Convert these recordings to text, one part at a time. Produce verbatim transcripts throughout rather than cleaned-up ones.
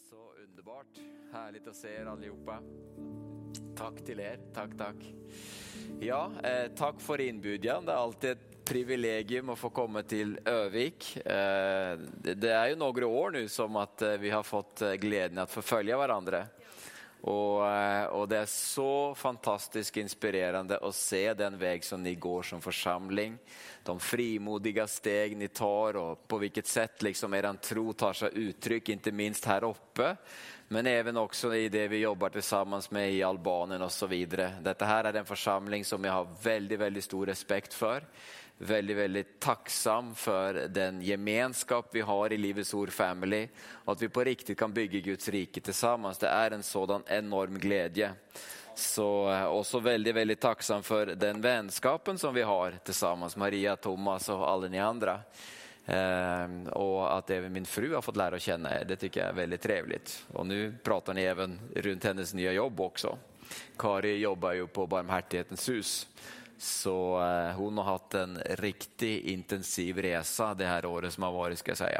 Så underbart. Härligt att se er allihopa. Tack till er. Tack, tack. Ja, eh, tack för inbjudan. Det är alltid ett privilegium att få komma till Övik. Eh, det, det är ju några år nu som att eh, vi har fått eh, glädjen att förfölja varandra. Och, eh, och det är så fantastiskt inspirerande att se den väg som ni går som församling. De frimodiga steg ni tar och på vilket sätt liksom eran tro tar sig uttryck, inte minst här uppe. Men även också i det vi jobbar tillsammans med i Albanien och så vidare. Detta här är en församling som jag har väldigt, väldigt stor respekt för. Väldigt, väldigt tacksam för den gemenskap vi har i Livets Ord Family. Och att vi på riktigt kan bygga Guds rike tillsammans. Det är en sådan enorm glädje. Så, och så väldigt, väldigt tacksam för den vänskapen som vi har tillsammans. Maria, Thomas och alla ni andra. Ehm, och att även min fru har fått lära känna er. Det tycker jag är väldigt trevligt. Och nu pratar ni även runt hennes nya jobb också. Kari jobbar ju på Barmhärtighetens hus. Så eh, hon har haft en riktigt intensiv resa det här året som har varit, ska jag säga.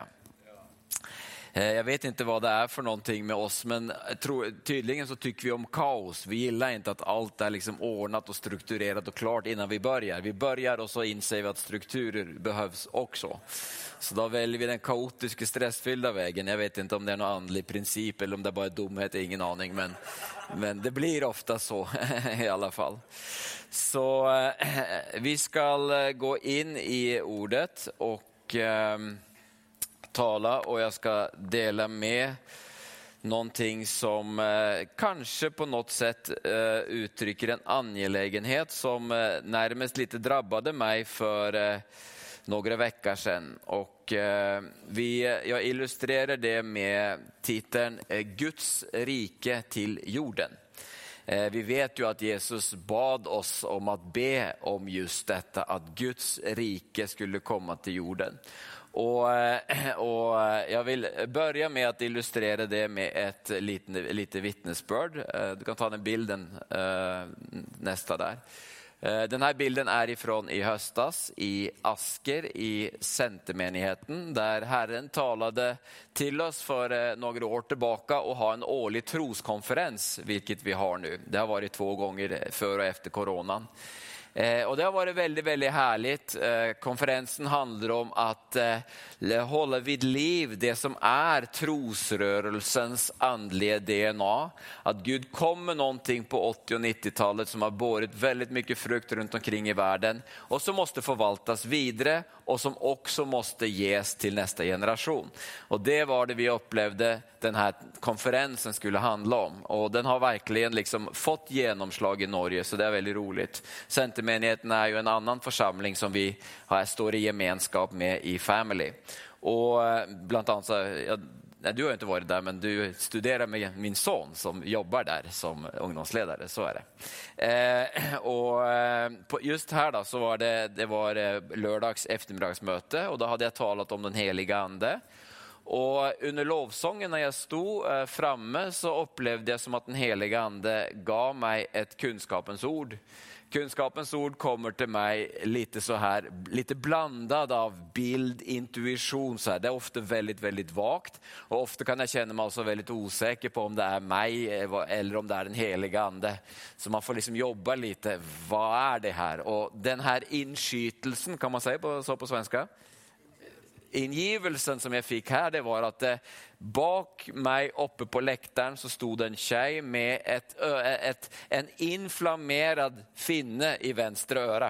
Jag vet inte vad det är för någonting med oss, men jag tror, tydligen så tycker vi om kaos. Vi gillar inte att allt är liksom ordnat och strukturerat och klart innan vi börjar. Vi börjar och så inser vi att strukturer behövs också. Så då väljer vi den kaotiska, stressfyllda vägen. Jag vet inte om det är någon andlig princip eller om det bara är dumhet, ingen aning. Men, men det blir ofta så i alla fall. Så eh, vi ska gå in i ordet och... Eh, tala och jag ska dela med någonting som eh, kanske på något sätt eh, uttrycker en angelägenhet som eh, närmast lite drabbade mig för eh, några veckor sedan. Och eh, vi, jag illustrerar det med titeln eh, Guds rike till jorden. Eh, vi vet ju att Jesus bad oss om att be om just detta, att Guds rike skulle komma till jorden. Och, och jag vill börja med att illustrera det med ett lite, lite vittnesbörd. Du kan ta den bilden nästa där. Den här bilden är ifrån i höstas i Asker i Centermenigheten, där Herren talade till oss för några år tillbaka och ha en årlig troskonferens, vilket vi har nu. Det har varit två gånger före och efter coronan. Eh, och det har varit väldigt, väldigt härligt. Eh, konferensen handlar om att eh, hålla vid liv det som är trosrörelsens andliga D N A. Att Gud kommer någonting på åttio- och nittiotalet som har bårit väldigt mycket frukt runt omkring i världen. Och som måste förvaltas vidare och som också måste ges till nästa generation. Och det var det vi upplevde den här konferensen skulle handla om. Och den har verkligen liksom fått genomslag i Norge, så det är väldigt roligt. Centermenigheten är ju en annan församling som vi har, står i gemenskap med i Family. Och bland annat så, jag, nej, du har inte varit där, men du studerar med min son som jobbar där som ungdomsledare, så är det. Eh, och eh, på, just här då så var det, det var eh, lördags eftermiddagsmöte och då hade jag talat om den heliga ande. Och under lovsången när jag stod eh, framme så upplevde jag som att den heliga ande gav mig ett kunskapens ord. Kunskapens ord kommer till mig lite så här, lite blandad av bild, intuition. Så här. Det är ofta väldigt, väldigt vagt. Och ofta kan jag känna mig också väldigt osäker på om det är mig eller om det är den heliga ande. Så man får liksom jobba lite. Vad är det här? Och den här inskytelsen, kan man säga på, så på svenska? Ingivelsen som jag fick här, det var att eh, bak mig uppe på läktaren så stod en tjej med ett, ett, en inflammerad finne i vänstra öra.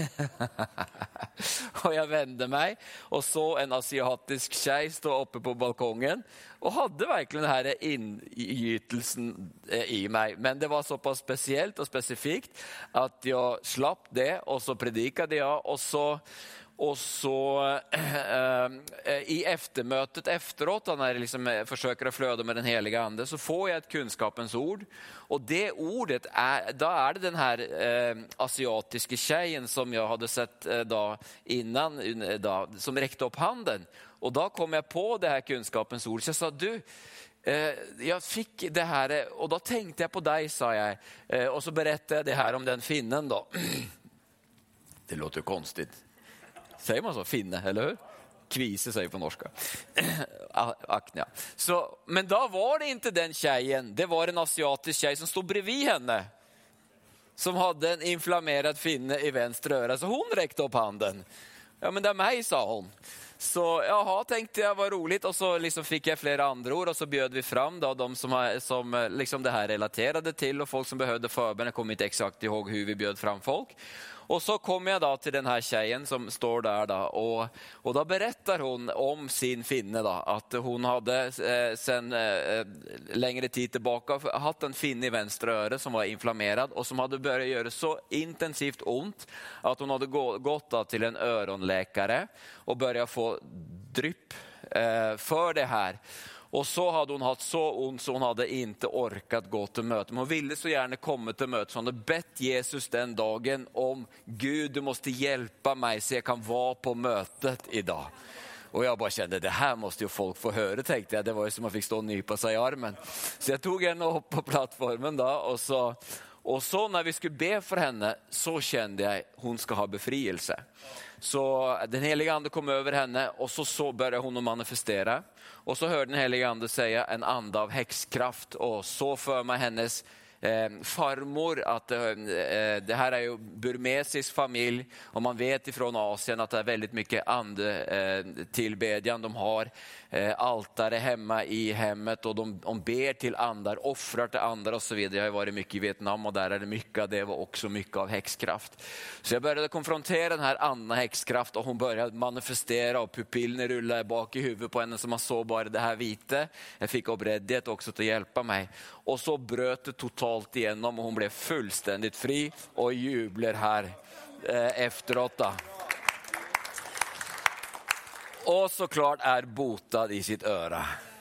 Och jag vände mig och så en asiatisk tjej stå uppe på balkongen och hade verkligen den här ingytelsen i mig. Men det var så pass speciellt och specifikt att jag slapp det och så predikade jag och så Och så äh, i eftermötet efteråt när jag liksom försöker att flöda med den heliga ande så får jag ett kunskapens ord. Och det ordet är, då är det den här äh, asiatiska tjejen som jag hade sett äh, då, innan då, som räckte upp handen. Och då kom jag på det här kunskapens ord. Så jag sa, du, äh, jag fick det här och då tänkte jag på dig, sa jag. Äh, och så berättade jag det här om den finnen då. Det låter konstigt. Säger man så? Finne, eller hur? kvise säger på norska. Akne. Så, men då var det inte den tjejen, det var en asiatisk tjej som stod bredvid henne. Som hade en inflammerad finne i vänster öra. Så hon räckte upp handen. Ja men det är mig, sa hon. Så jaha, tänkte jag, var roligt. Och så liksom fick jag flera andra ord. Och så bjöd vi fram då, de som, som liksom det här relaterade till. Och folk som behövde förbön. Jag kommer inte exakt ihåg hur vi bjöd fram folk. Och så kom jag då till den här tjejen som står där då, och, och då berättar hon om sin finne då, att hon hade eh, sen eh, längre tid tillbaka haft en finne i vänster öra som var inflammerad och som hade börjat göra så intensivt ont att hon hade gå, gått då till en öronläkare och börjat få drypp eh, för det här. Och så hade hon haft så ont så hon hade inte orkat gå till möte. Men hon ville så gärna komma till möte. Så hon hade bett Jesus den dagen om Gud, du måste hjälpa mig så jag kan vara på mötet idag. Och jag bara kände, det här måste ju folk få höra, tänkte jag. Det var ju som att man fick stå och nypa sig i armen. Så jag tog henne upp på plattformen då. Och så, och så när vi skulle be för henne så kände jag, hon ska ha befrielse. Så den heliga ande kom över henne och så, så började hon att manifestera. Och så hörde den heliga ande säga en ande av häxkraft och så för mig hennes eh, farmor att eh, det här är ju burmesisk familj och man vet ifrån Asien att det är väldigt mycket ande eh, tillbedjan. De har eh, altare hemma i hemmet och de, de ber till andar, offrar till andar och så vidare. Jag har varit mycket i Vietnam och där är det mycket, det var också mycket av häxkraft. Så jag började konfrontera den här andra häxkraft och hon började manifestera och pupillen rullade bak i huvudet på henne så man såg bara det här vita. Jag fick obreddighet också till att hjälpa mig. Och så bröt det totalt igenom och hon blev fullständigt fri och jublar här eh, efteråt då. Och såklart är botad i sitt öra.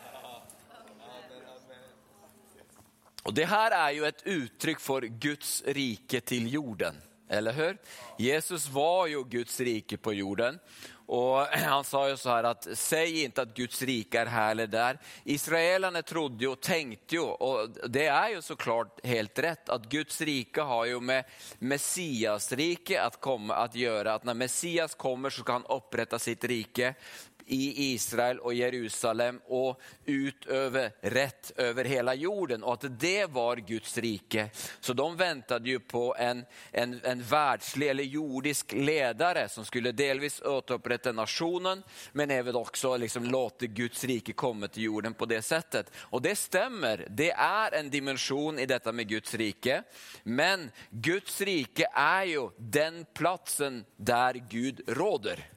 Och det här är ju ett uttryck för Guds rike till jorden. Eller hur? Jesus var ju Guds rike på jorden. Och han sa ju så här att säg inte att Guds rike är här eller där. Israelerna trodde ju och tänkte ju, och det är ju såklart helt rätt, att Guds rike har ju med Messias rike att komma att göra. Att när Messias kommer så ska han upprätta sitt rike i Israel och Jerusalem och ut över rätt över hela jorden, och att det var Guds rike. Så de väntade ju på en, en, en världslig eller jordisk ledare som skulle delvis återupprätta nationen men även också liksom låta Guds rike komma till jorden på det sättet. Och det stämmer, det är en dimension i detta med Guds rike, men Guds rike är ju den platsen där Gud råder.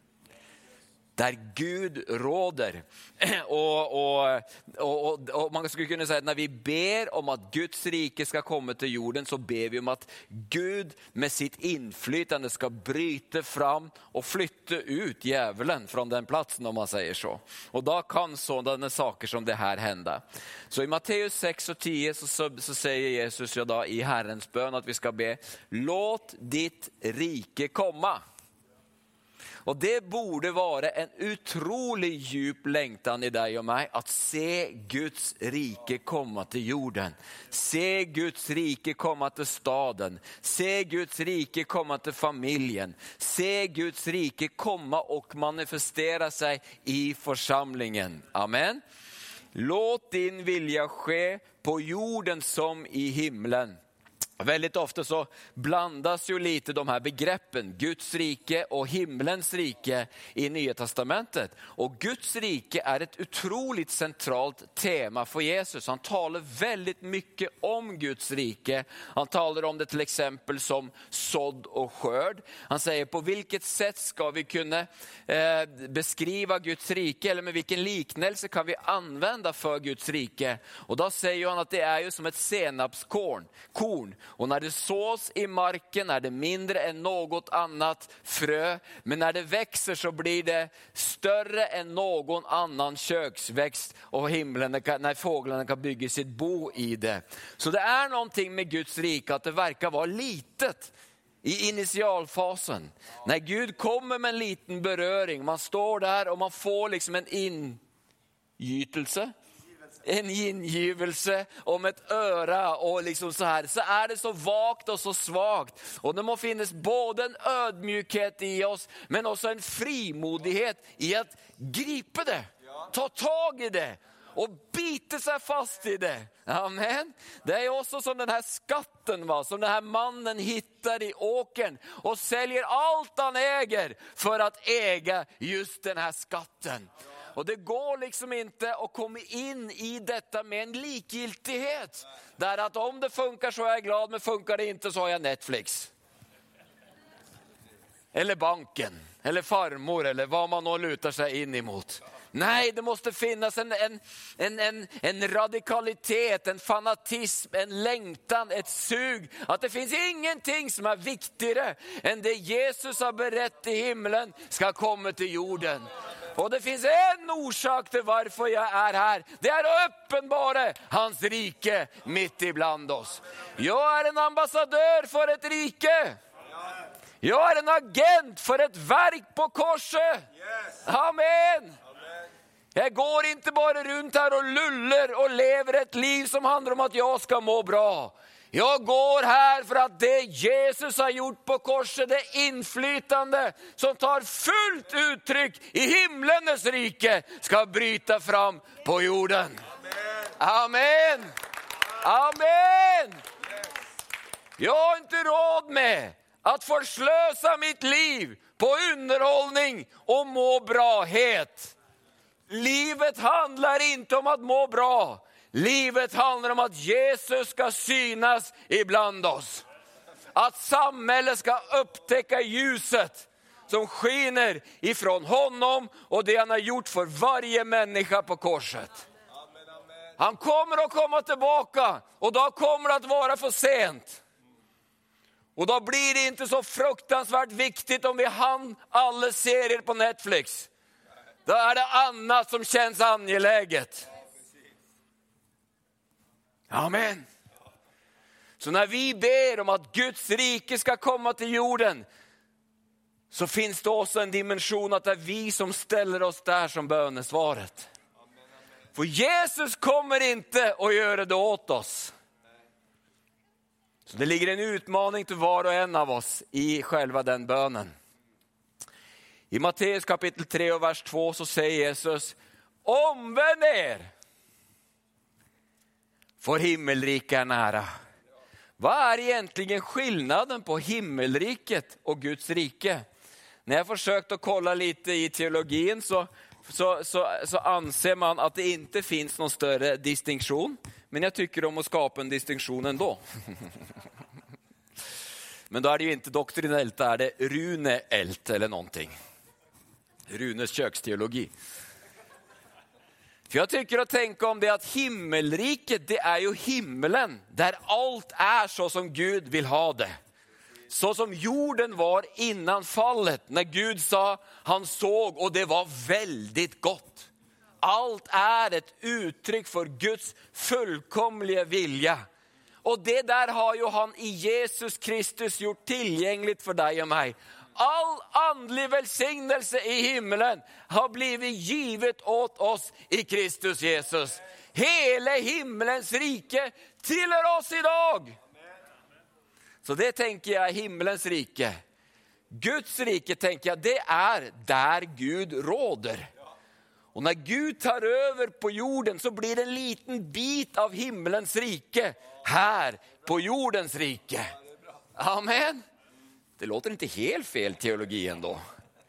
Där Gud råder. Och, och, och, och man skulle kunna säga att när vi ber om att Guds rike ska komma till jorden så ber vi om att Gud med sitt inflytande ska bryta fram och flytta ut djävulen från den platsen, om man säger så. Och då kan sådana saker som det här hända. Så i Matteus sex och tio så, så, så säger Jesus ja då, i Herrens bön att vi ska be: låt ditt rike komma. Och det borde vara en otrolig djup längtan i dig och mig att se Guds rike komma till jorden. Se Guds rike komma till staden. Se Guds rike komma till familjen. Se Guds rike komma och manifestera sig i församlingen. Amen. Låt din vilja ske på jorden som i himlen. Väldigt ofta så blandas ju lite de här begreppen, Guds rike och himlens rike, i Nya testamentet. Och Guds rike är ett otroligt centralt tema för Jesus. Han talar väldigt mycket om Guds rike. Han talar om det till exempel som sådd och skörd. Han säger på vilket sätt ska vi kunna eh, beskriva Guds rike, eller med vilken liknelse kan vi använda för Guds rike. Och då säger han att det är ju som ett senapskorn. Korn. Och när det sås i marken är det mindre än något annat frö. Men när det växer så blir det större än någon annan köksväxt. Och himlen, när fåglarna kan bygga sitt bo i det. Så det är någonting med Guds rike att det verkar vara litet i initialfasen. När Gud kommer med en liten beröring. Man står där och man får liksom en ingytelse. en ingivelse om ett öra och liksom så här, så är det så vagt och så svagt. Och det må finnas både en ödmjukhet i oss, men också en frimodighet i att gripa det, ta tag i det och bita sig fast i det. Amen. Det är också som den här skatten, va? Som den här mannen hittar i åkern och säljer allt han äger för att äga just den här skatten. Och det går liksom inte att komma in i detta med en likgiltighet. Där att om det funkar så är jag glad, men funkar det inte så har jag Netflix. Eller banken, eller farmor, eller vad man nog lutar sig in emot. Nej, det måste finnas en, en, en, en, en radikalitet, en fanatism, en längtan, ett sug. Att det finns ingenting som är viktigare än det Jesus har berättat i himlen ska komma till jorden. Och det finns en orsak till varför jag är här. Det är uppenbara hans rike mitt ibland oss. Jag är en ambassadör för ett rike. Jag är en agent för ett verk på korset. Amen. Jag går inte bara runt här och lullar och lever ett liv som handlar om att jag ska må bra. Jag går här för att det Jesus har gjort på korset, det inflytande som tar fullt uttryck i himlens rike, ska bryta fram på jorden. Amen. Amen. Jag har inte råd med att förslösa mitt liv på underhållning och må brahet. Livet handlar inte om att må bra. Livet handlar om att Jesus ska synas ibland oss. Att samhället ska upptäcka ljuset som skiner ifrån honom och det han har gjort för varje människa på korset. Han kommer att komma tillbaka och då kommer det att vara för sent. Och då blir det inte så fruktansvärt viktigt om vi hann alla serier på Netflix. Då är det annat som känns angeläget. Amen. Så när vi ber om att Guds rike ska komma till jorden, så finns det också en dimension att det är vi som ställer oss där som bönesvaret. För Jesus kommer inte att göra det åt oss. Så det ligger en utmaning till var och en av oss i själva den bönen. I Matteus kapitel tre och vers två så säger Jesus: omvänd er, för himmelriket är nära. Vad är egentligen skillnaden på himmelriket och Guds rike? När jag försökt att kolla lite i teologin så, så, så, så anser man att det inte finns någon större distinktion. Men jag tycker om att skapa en distinktion ändå. Men då är det ju inte doktrinellt, då är det runeellt eller någonting. Runes köksteologi. För jag tycker att tänka om det att himmelriket, det är ju himmelen där allt är så som Gud vill ha det. Så som jorden var innan fallet, när Gud sa, han såg och det var väldigt gott. Allt är ett uttryck för Guds fullkomliga vilja. Och det där har ju han i Jesus Kristus gjort tillgängligt för dig och mig. All andlig välsignelse i himlen har blivit givet åt oss i Kristus Jesus. Hela himlens rike tillhör oss idag. Så det tänker jag är himlens rike. Guds rike tänker jag, det är där Gud råder. Och när Gud tar över på jorden så blir det en liten bit av himlens rike här på jordens rike. Amen. Det låter inte helt fel teologi ändå.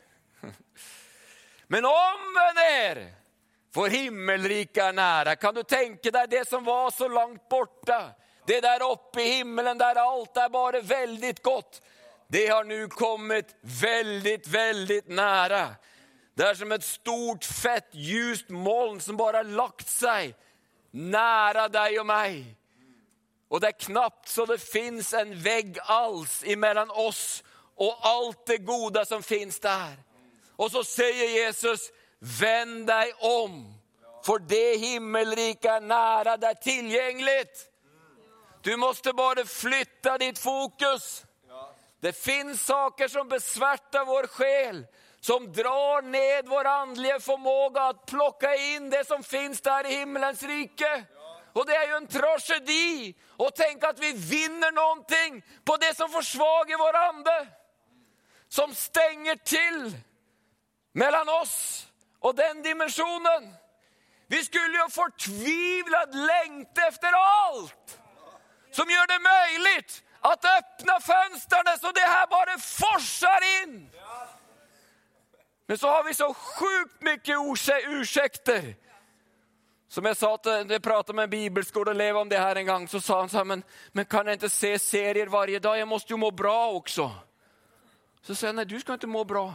Men omvänd er, för himmelriket är nära. Kan du tänka dig det som var så långt borta? Det där uppe i himlen där allt är bara väldigt gott. Det har nu kommit väldigt, väldigt nära. Det är som ett stort fett ljust moln som bara lagt sig nära dig och mig. Och det är knappt så det finns en vägg alls emellan oss och allt det goda som finns där. Och så säger Jesus, vänd dig om, för det himmelrika är nära, där tillgängligt. Du måste bara flytta ditt fokus. Det finns saker som besvärtar vår själ, som drar ned vår andliga förmåga att plocka in det som finns där i himmelens rike. Och det är ju en tragedi att tänka att vi vinner någonting på det som försvagar vår ande. Som stänger till mellan oss och den dimensionen. Vi skulle ju förtvivlat längta efter allt som gör det möjligt att öppna fönstren så det här bara forsar in. Men så har vi så sjukt mycket ursäkter. Som jag sa, att jag pratade med en bibelskola och levde om det här en gång. Så sa han så här, men, men kan jag inte se serier varje dag? Jag måste ju må bra också. Så säger jag, nej, du ska inte må bra.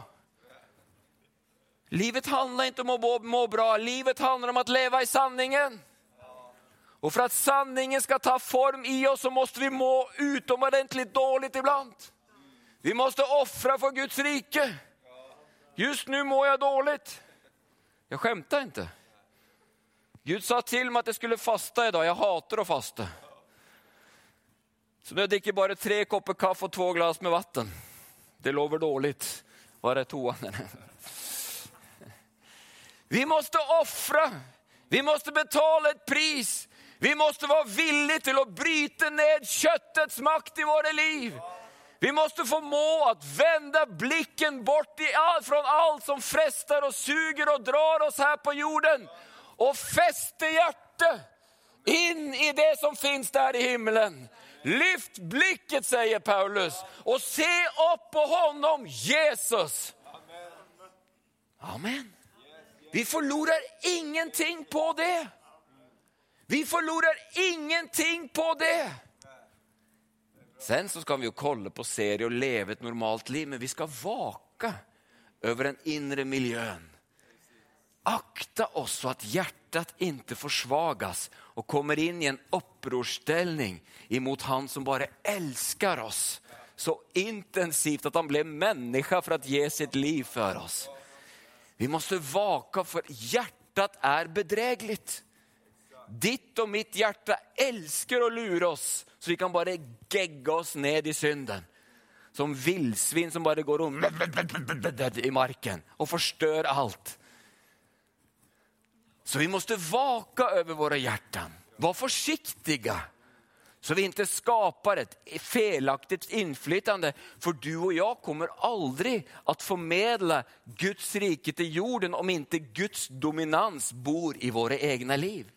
Livet handlar inte om att må, må bra. Livet handlar om att leva i sanningen. Och för att sanningen ska ta form i oss så måste vi må utomordentligt dåligt ibland. Vi måste offra för Guds rike. Just nu mår jag dåligt. Jag skämtar inte. Gud sa till mig att jag skulle fasta idag. Jag hatar att fasta. Så nu dricker jag bara tre koppar kaffe och två glas med vatten. Det lovar dåligt. Var är toan? Vi måste offra. Vi måste betala ett pris. Vi måste vara villiga till att bryta ned köttets makt i våra liv. Vi måste få må att vända blicken bort i all, från allt som frestar och suger och drar oss här på jorden. Och fästa hjärtat in i det som finns där i himlen. Lyft blicket, säger Paulus, och se upp på honom, Jesus. Amen. Vi förlorar ingenting på det. Vi förlorar ingenting på det. Sen så ska vi ju kolla på serier och leva ett normalt liv. Men vi ska vaka över den inre miljön. Akta oss så att hjärtat inte försvagas och kommer in i en upprorställning emot han som bara älskar oss så intensivt att han blev människa för att ge sitt liv för oss. Vi måste vaka, för hjärtat är bedrägligt. Ditt och mitt hjärta älskar att lura oss så vi kan bara gegga oss ned i synden. Som vildsvin som bara går om i marken och förstör allt. Så vi måste vaka över våra hjärtan. Var försiktiga. Så vi inte skapar ett felaktigt inflytande. För du och jag kommer aldrig att förmedla Guds rike till jorden om inte Guds dominans bor i våra egna liv.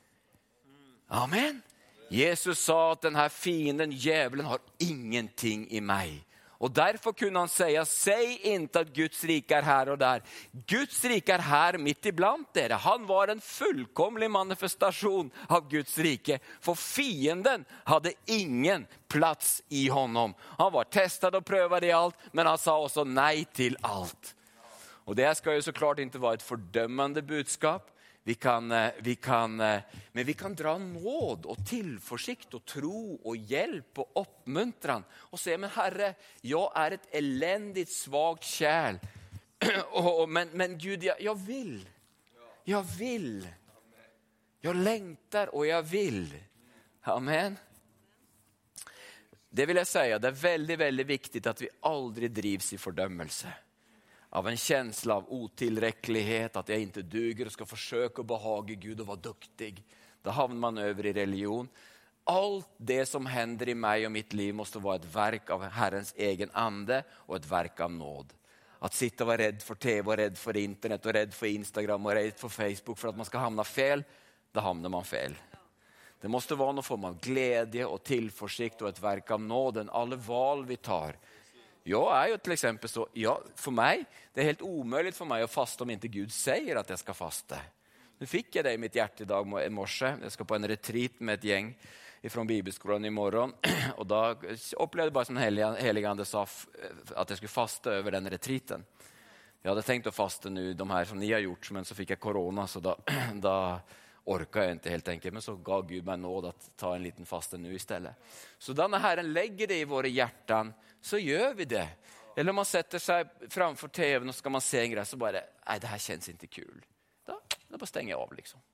Amen. Jesus sa att den här fienden, djävulen, har ingenting i mig. Och därför kunde han säga, säg inte att Guds rike är här och där. Guds rike är här mitt ibland er. Han var en fullkomlig manifestation av Guds rike. För fienden hade ingen plats i honom. Han var testad och prövad i allt, men han sa också nej till allt. Och det ska ju såklart inte vara ett fördömande budskap. Vi kan, vi kan, men vi kan dra nåd och tillförsikt och tro och hjälp och uppmuntran. Och säga, men Herre, jag är ett eländigt svagt kärl. men, men Gud, jag, jag vill. Jag vill. Jag längtar och jag vill. Amen. Det vill jag säga, det är väldigt, väldigt viktigt att vi aldrig drivs i fördömelse. Av en känsla av otillräcklighet, att jag inte duger och ska försöka behaga Gud och vara duktig. Då hamnar man över i religion. Allt det som händer i mig och mitt liv måste vara ett verk av Herrens egen ande och ett verk av nåd. Att sitta och vara rädd för tv och rädd för internet och rädd för Instagram och rädd för Facebook för att man ska hamna fel, då hamnar man fel. Det måste vara någon form av glädje och tillförsikt och ett verk av nåden. Alla val vi tar. Jag är ju till exempel så, jag, för mig, det är helt omöjligt för mig att fasta om inte Gud säger att jag ska fasta. Nu fick jag det i mitt hjärta idag i morse. Jag ska på en retreat med ett gäng från bibelskolan imorgon. Och då upplevde jag bara som en heligande sa att jag skulle fasta över den retreaten. Jag hade tänkt att fasta nu, de här som ni har gjort, men så fick jag corona så då, då orkar jag inte helt enkelt. Men så gav Gud mig nåd att ta en liten fasta nu istället. Så då när Herren lägger det i våra hjärtan så gör vi det. Eller om man sätter sig framför tvn och ska man se en grej så bara, nej det här känns inte kul. Då, då bara stänger jag av liksom.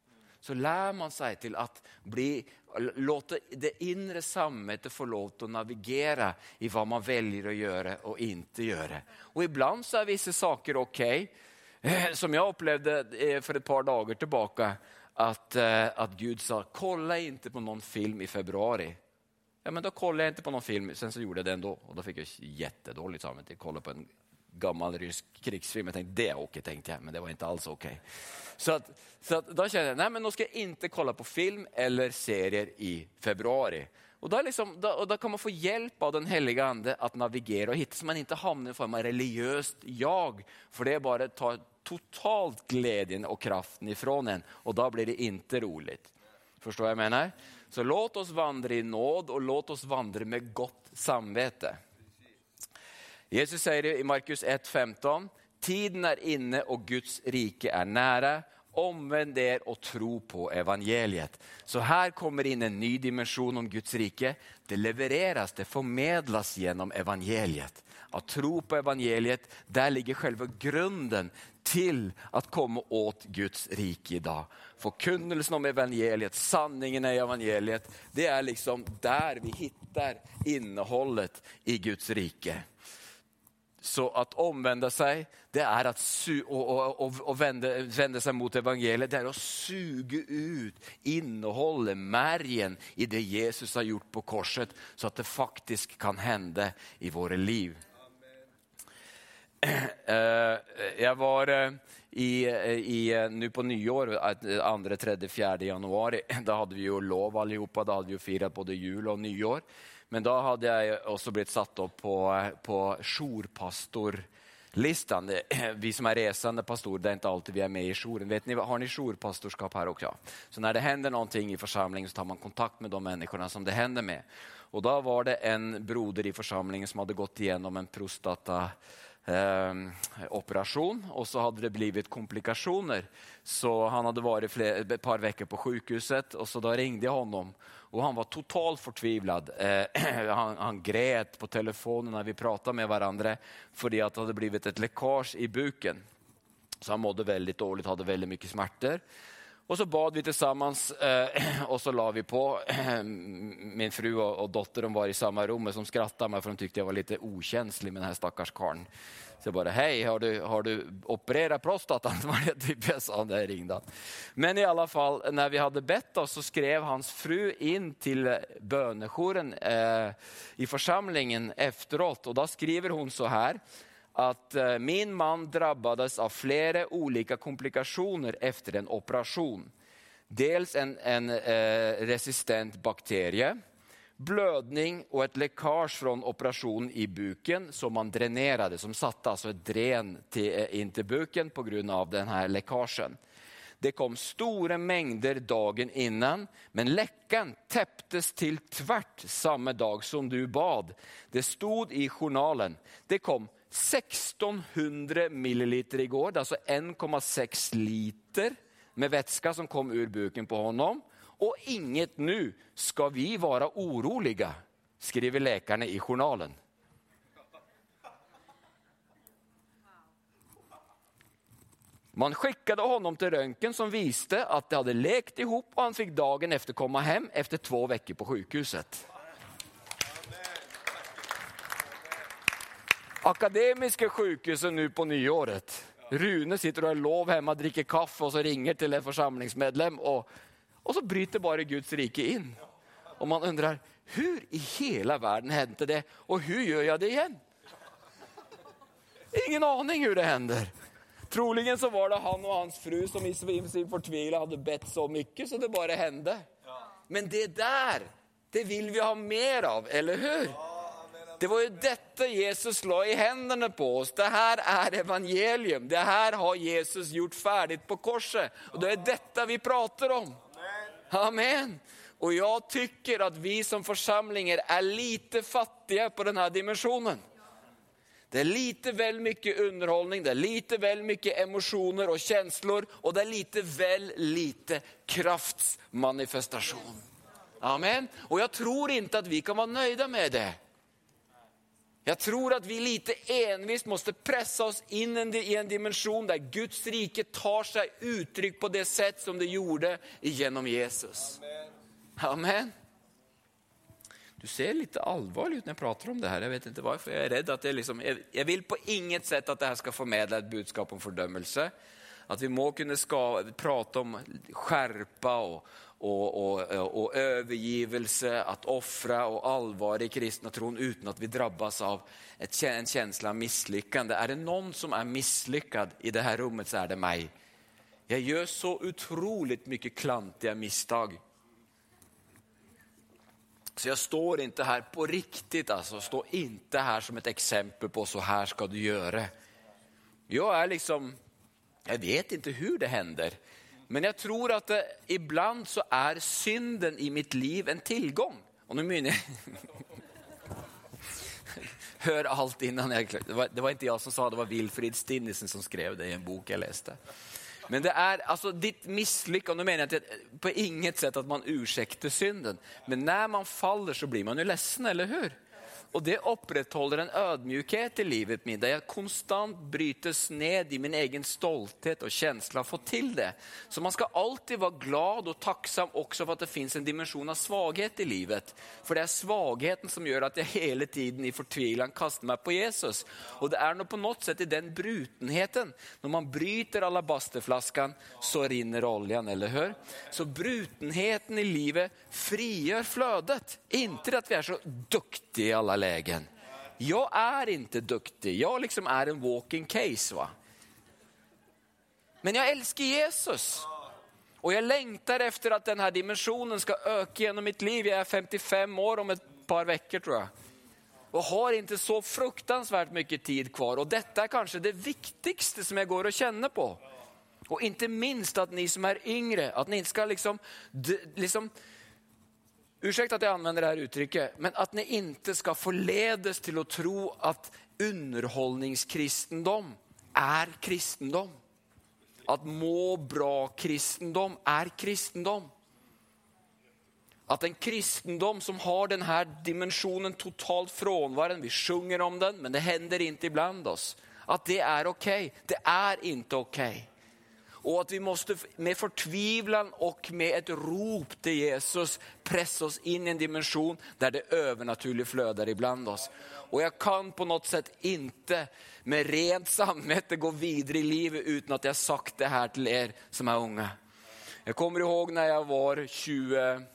så lär man sig till att bli, låta det inre samvetet få lov att navigera i vad man väljer att göra och inte göra. Och ibland så är vissa saker okej. Okay. Som jag upplevde för ett par dagar tillbaka, att, att Gud sa, kolla inte på någon film i februari. Ja, men då kollade jag inte på någon film, sen så gjorde jag det ändå. Och då fick jag jättedåligt samvete att kolla på en gammal rysk krigsfilm. Jag tänkte, det är okej, tänkte jag, men det var inte alls okej. Så, att, så att då kände jag, nej men då ska jag inte kolla på film eller serier i februari. Och då, liksom, då, och då kan man få hjälp av den heliga ande att navigera och hitta, så man inte hamnar i form av religiöst jag. För det är bara att ta totalt glädjen och kraften ifrån en, och då blir det inte roligt. Förstår vad jag menar? Så låt oss vandra i nåd och låt oss vandra med gott samvete. Jesus säger det i Markus ett femton. Tiden är inne och Guds rike är nära. Omvänd er och tro på evangeliet. Så här kommer in en ny dimension om Guds rike. Det levereras, det förmedlas genom evangeliet. Att tro på evangeliet, där ligger själva grunden till att komma åt Guds rike idag. Förkunnelsen om evangeliet, sanningen i evangeliet, det är liksom där vi hittar innehållet i Guds rike. Så att omvända sig, det är att su- och, och, och vända, vända sig mot evangeliet, det är att suga ut innehållet, märgen i det Jesus har gjort på korset, så att det faktiskt kan hända i våra liv. Amen. Jag var i, i, nu på nyår, andra, tredje, fjärde januari, då hade vi ju lov allihopa, då hade vi ju firat både jul och nyår. Men då hade jag också blivit satt upp på, på jourpastorlistan. Vi som är resande pastor, det är inte alltid vi är med i jouren. Vet ni, har ni jourpastorskap här också? Så när det händer någonting i församlingen så tar man kontakt med de människorna som det händer med. Och då var det en broder i församlingen som hade gått igenom en prostata Eh, operation, och så hade det blivit komplikationer, så han hade varit fler, ett par veckor på sjukhuset, och så då ringde jag honom och han var totalt förtvivlad. eh, han, han grät på telefonen när vi pratade med varandra, för att det hade blivit ett läckage i buken, så han mådde väldigt dåligt, hade väldigt mycket smärtor. Och så bad vi tillsammans eh, och så la vi på. Min fru och, och dotter, de var i samma rum, som skrattade mig för de tyckte jag var lite okänslig med den här stackars karn. Så jag bara, hej, har du, har du opererat prostatan? Typ jag sa när jag ringde. Men i alla fall, när vi hade bett oss så skrev hans fru in till bönejouren eh, i församlingen efteråt. Och då skriver hon så här, att eh, min man drabbades av flera olika komplikationer efter en operation. Dels en, en eh, resistent bakterie, blödning och ett läckage från operation i buken som man dränerade, som satte alltså ett drän till, eh, in till buken på grund av den här läckagen. Det kom stora mängder dagen innan, men läckan täpptes till tvärt samma dag som du bad. Det stod i journalen. Det kom sextonhundra milliliter igår, det är alltså en komma sex liter med vätska som kom ur buken på honom. Och inget nu, ska vi vara oroliga, skriver läkarna i journalen. Man skickade honom till röntgen som visste att det hade läkt ihop, och han fick dagen efter komma hem efter två veckor på sjukhuset. Akademiska sjukhusen nu på nyåret. Rune sitter och har lov hemma, dricker kaffe och så ringer till en församlingsmedlem och, och så bryter bara Guds rike in. Och man undrar, hur i hela världen hände det och hur gör jag det igen? Ingen aning hur det händer. Troligen så var det han och hans fru som i sin förtvivlan hade bett så mycket så det bara hände. Men det där, det vill vi ha mer av, eller hur? Det var ju detta Jesus la i händerna på oss. Det här är evangelium. Det här har Jesus gjort färdigt på korset. Och det är detta vi pratar om. Amen. Och jag tycker att vi som församlingar är lite fattiga på den här dimensionen. Det är lite väl mycket underhållning, det är lite väl mycket emotioner och känslor, och det är lite väl lite kraftsmanifestation. Amen. Och jag tror inte att vi kan vara nöjda med det. Jag tror att vi lite envist måste pressa oss in i en dimension där Guds rike tar sig uttryck på det sätt som det gjorde genom Jesus. Amen. Amen. Du ser lite allvarlig ut när jag pratar om det här. Jag vet inte varför. Jag är rädd att det är liksom, jag vill på inget sätt att det här ska förmedla ett budskap om fördömelse. Att vi må kunna ska, prata om skärpa och, och, och, och övergivelse, att offra och allvar i kristna tron utan att vi drabbas av ett, en känsla av misslyckande. Är det någon som är misslyckad i det här rummet så är det mig. Jag gör så otroligt mycket klantiga misstag. Så jag står inte här på riktigt, alltså står inte här som ett exempel på så här ska du göra. Jag är liksom, jag vet inte hur det händer. Men jag tror att det, ibland så är synden i mitt liv en tillgång. Och nu menar jag, hör allt innan jag, det var, det var inte jag som sa, det var Wilfrid Stinnesen som skrev det i en bok jag läste. Men det är alltså ditt misslyckande, och nu menar jag inte på inget sätt att man ursäktar synden. Men när man faller så blir man ju ledsen, eller hur? Och det upprätthåller en ödmjukhet i livet mitt, där jag konstant brytes ned i min egen stolthet och känsla att få till det. Så man ska alltid vara glad och tacksam också för att det finns en dimension av svaghet i livet. För det är svagheten som gör att jag hela tiden i förtvivlan kastar mig på Jesus. Och det är nog på något sätt i den brutenheten, när man bryter alabasterflaskan så rinner oljan, eller hur? Så brutenheten i livet frigör flödet. Inte att vi är så duktiga i alla lägen. Jag är inte duktig. Jag liksom är en walking case, va? Men jag älskar Jesus. Och jag längtar efter att den här dimensionen ska öka genom mitt liv. Jag är femtiofem år om ett par veckor, tror jag. Och har inte så fruktansvärt mycket tid kvar. Och detta är kanske det viktigaste som jag går och känner på. Och inte minst att ni som är yngre, att ni inte ska liksom... liksom ursäkta att jag använder det här uttrycket, men att ni inte ska förledas till att tro att underhållningskristendom är kristendom. Att må bra kristendom är kristendom. Att en kristendom som har den här dimensionen totalt frånvarande, vi sjunger om den men det händer inte ibland oss. Att det är okej, okay. Det är inte okej. Okay. Och att vi måste med förtvivlan och med ett rop till Jesus pressa oss in i en dimension där det övernaturligt flödar ibland oss. Och jag kan på något sätt inte med rent samvete gå vidare i livet utan att jag sagt det här till er som är unga. Jag kommer ihåg när jag var tjugoåtta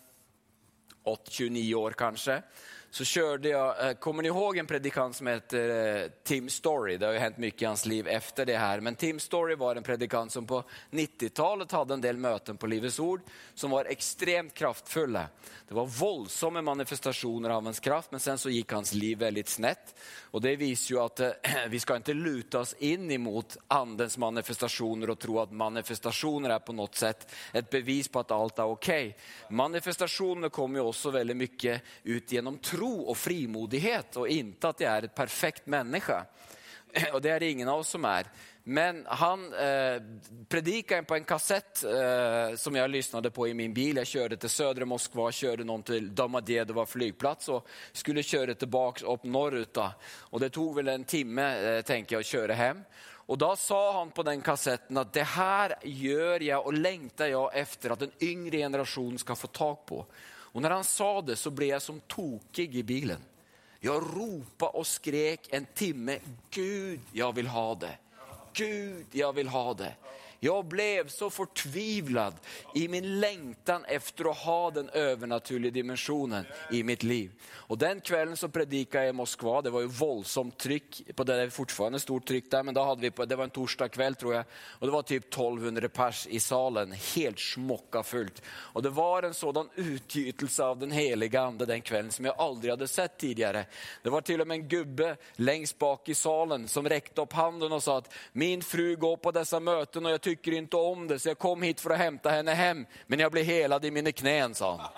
tjugonio år kanske. Så körde jag, kommer ni ihåg en predikant som heter Tim Story? Det har ju hänt mycket i hans liv efter det här. Men Tim Story var en predikant som på nittiotalet hade en del möten på Livets ord som var extremt kraftfulla. Det var våldsamma manifestationer av hans kraft, men sen så gick hans liv väldigt snett. Och det visar ju att eh, vi ska inte luta oss in emot andens manifestationer och tro att manifestationer är på något sätt ett bevis på att allt är okej. Okay. Manifestationer kommer ju också väldigt mycket ut genom tro och frimodighet och inte att det är ett perfekt människa. Och det är det ingen av oss som är. Men han eh, predikade på en kassett eh, som jag lyssnade på i min bil. Jag körde till södra Moskva, körde någon till Domodedovo flygplats och skulle köra tillbaka upp norrut. Då. Och det tog väl en timme eh, tänker jag att köra hem. Och då sa han på den kassetten att det här gör jag och längtar jag efter att en yngre generation ska få tag på. Och när han sa det så blev jag som tokig i bilen. Jag ropade och skrek en timme, Gud jag vill ha det. Gud jag vill ha det. Jag blev så förtvivlad i min längtan efter att ha den övernaturliga dimensionen i mitt liv. Och den kvällen så predikade jag i Moskva. Det var ju våldsamt tryck på det. Det är fortfarande stort tryck där. Men då hade vi på, det var en torsdag kväll tror jag. Och det var typ tolvhundra pers i salen. Helt smocka fullt. Och det var en sådan utgytelse av den heliga ande den kvällen som jag aldrig hade sett tidigare. Det var till och med en gubbe längst bak i salen som räckte upp handen och sa att min fru går på dessa möten och jag tycker inte om det så jag kom hit för att hämta henne hem. Men jag blev helad i mina knän, sa han.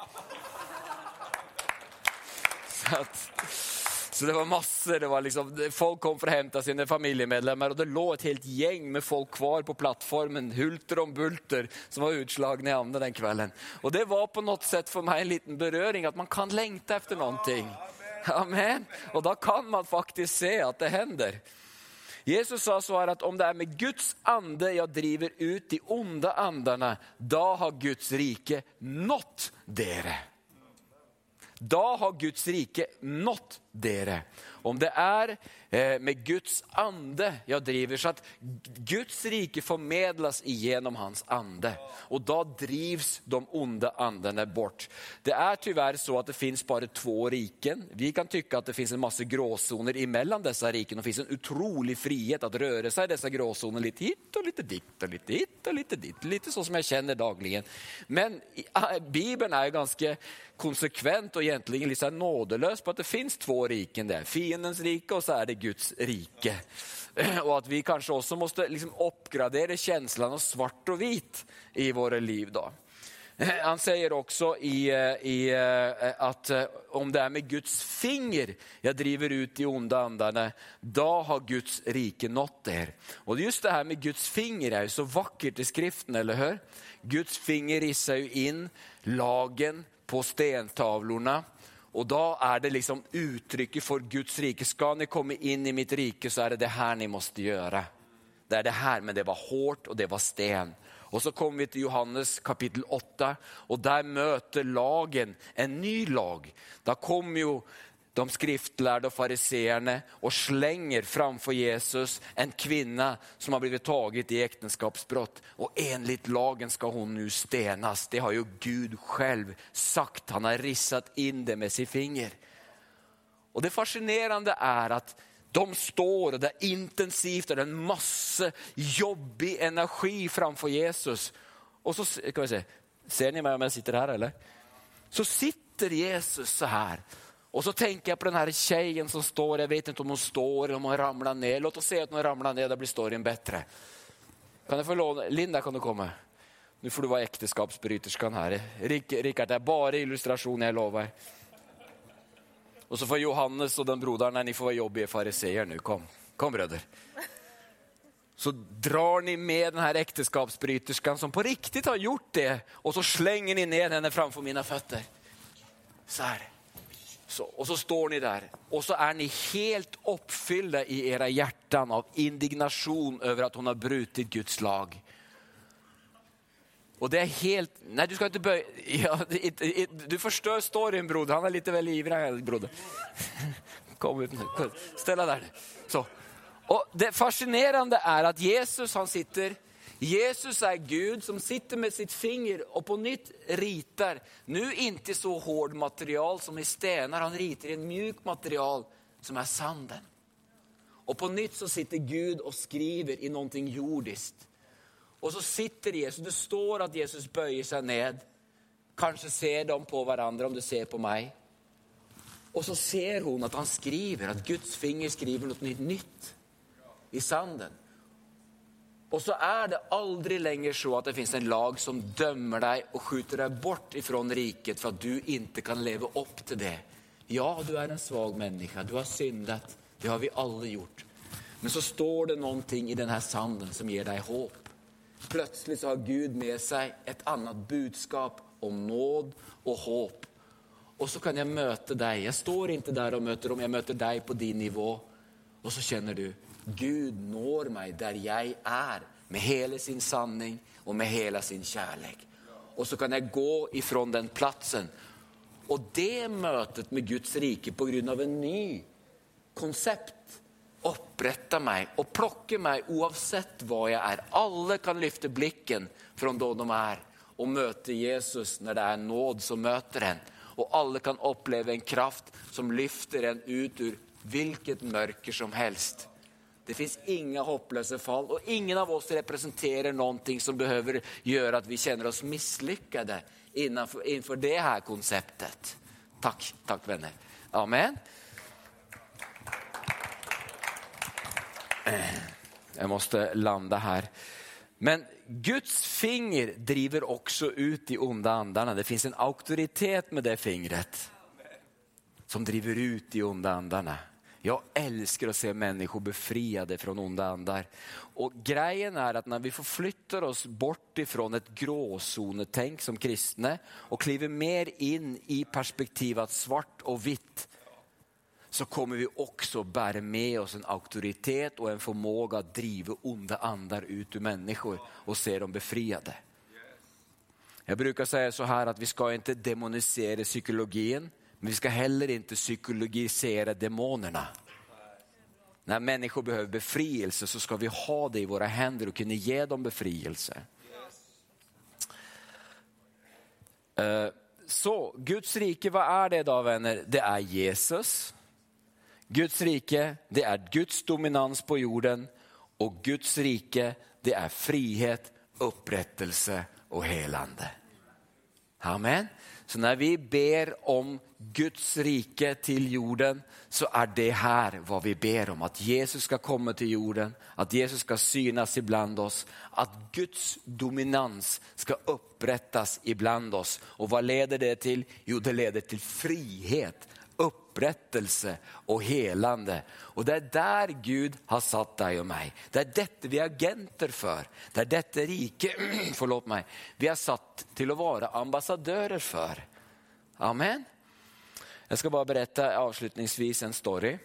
Så, att, så det var massor, det var liksom, folk kom för att hämta sina familjemedlemmar och det låg ett helt gäng med folk kvar på plattformen, hulter om bulter som var utslagna i anden den kvällen. Och det var på något sätt för mig en liten beröring att man kan längta efter någonting. Amen. Och då kan man faktiskt se att det händer. Jesus sa så här att om det är med Guds ande jag driver ut de onda andarna, då har Guds rike nått dere. Då har Guds rike nått dere. Om det är med Guds ande jag driver, så att Guds rike förmedlas igenom hans ande. Och då drivs de onda andarna bort. Det är tyvärr så att det finns bara två riken. Vi kan tycka att det finns en massa gråzoner emellan dessa riken. Och det finns en otrolig frihet att röra sig i dessa gråzoner lite hit och lite dit och lite hit och lite dit. Lite så som jag känner dagligen. Men Bibeln är ganska konsekvent och egentligen lite nådelös på att det finns två riken där. Fiendens rike och så är det Guds rike. Och att vi kanske också måste liksom uppgradera känslan av svart och vit i våra liv då. Han säger också i, i att om det är med Guds finger jag driver ut de onda andarna, då har Guds rike nått er. Och just det här med Guds finger är ju så vackert i skriften, eller hur? Guds finger rissar ju in lagen på stentavlorna. Och då är det liksom uttrycket för Guds rike. Ska ni komma in i mitt rike så är det det här ni måste göra. Det är det här, men det var hårt och det var sten. Och så kommer vi till Johannes kapitel åtta. Och där möter lagen en ny lag. Där kommer ju de skriftlärda och fariseerna och slänger framför Jesus en kvinna som har blivit taget i äktenskapsbrott. Och enligt lagen ska hon nu stenas. Det har ju Gud själv sagt. Han har rissat in det med sitt finger. Och det fascinerande är att de står och det är intensivt och det är en massa jobbig energi framför Jesus. Och så kan vi se, ser ni mig om jag sitter här eller? Så sitter Jesus så här. Och så tänker jag på den här tjejen som står, jag vet inte om hon står eller om hon ramlar ner. Låt oss se att hon ramlar ner, då blir storyn bättre. Kan du få låna? Linda, kan du komma? Nu får du vara äktenskapsbryterskan här. Rickard, det är bara illustration, jag lovar. Och så får Johannes och den brodern, när ni får vara jobbiga fariseer nu. Kom, kom bröder. Så drar ni med den här äktenskapsbryterskan som på riktigt har gjort det. Och så slänger ni ner henne framför mina fötter. Så här. Så, och så står ni där och så är ni helt uppfyllda i era hjärtan av indignation över att hon har brutit Guds lag. Och det är helt, nej du ska inte börja, ja, it, it, du förstör storyn broder, han är lite väl ivrig broder. Kom ut nu, ställa där. Så. Och det fascinerande är att Jesus han sitter, Jesus är Gud som sitter med sitt finger och på nytt ritar, nu inte så hård material som i stenar, han ritar i en mjuk material som är sanden. Och på nytt så sitter Gud och skriver i någonting jordiskt. Och så sitter Jesus, det står att Jesus böjer sig ned. Kanske ser de på varandra om du ser på mig. Och så ser hon att han skriver, att Guds finger skriver något nytt i sanden. Och så är det aldrig längre så att det finns en lag som dömer dig och skjuter dig bort ifrån riket för att du inte kan leva upp till det. Ja, du är en svag människa, du har syndat, det har vi alla gjort. Men så står det någonting i den här sanden som ger dig hopp. Plötsligt så har Gud med sig ett annat budskap om nåd och hopp. Och så kan jag möta dig. Jag står inte där och möter dem, jag möter dig på din nivå. Och så känner du, Gud når mig där jag är med hela sin sanning och med hela sin kärlek. Och så kan jag gå ifrån den platsen. Och det mötet med Guds rike på grund av en ny koncept upprätta mig och plocka mig oavsett vad jag är. Alla kan lyfta blicken från då de är och möta Jesus när det är nåd som möter en. Och alla kan uppleva en kraft som lyfter en ut ur vilket mörker som helst. Det finns inga hopplösa fall och ingen av oss representerar någonting som behöver göra att vi känner oss misslyckade inför, inför det här konceptet. Tack, tack vänner. Amen. Jag måste landa här. Men Guds finger driver också ut de onda andarna. Det finns en auktoritet med det fingret som driver ut de onda andarna. Jag älskar att se människor befriade från onda andar. Och grejen är att när vi förflyttar oss bort ifrån ett gråzonetänk som kristna och kliver mer in i perspektivet svart och vitt, så kommer vi också bära med oss en auktoritet och en förmåga att driva onda andar ut ur människor och se dem befriade. Jag brukar säga så här att vi ska inte demonisera psykologin, men vi ska heller inte psykologisera demonerna. När människor behöver befrielse så ska vi ha det i våra händer och kunna ge dem befrielse. Så Guds rike, vad är det då vänner? Det är Jesus. Guds rike, det är Guds dominans på jorden. Och Guds rike, det är frihet, upprättelse och helande. Amen. Så när vi ber om Guds rike till jorden så är det här vad vi ber om. Att Jesus ska komma till jorden, att Jesus ska synas ibland oss, att Guds dominans ska upprättas ibland oss. Och vad leder det till? Jo, det leder till frihet, upprättelse och helande. Och det är där Gud har satt dig och mig. Det är detta vi är agenter för. Det är detta rike, förlåt mig, vi har satt till att vara ambassadörer för. Amen. Jag ska bara berätta avslutningsvis en story.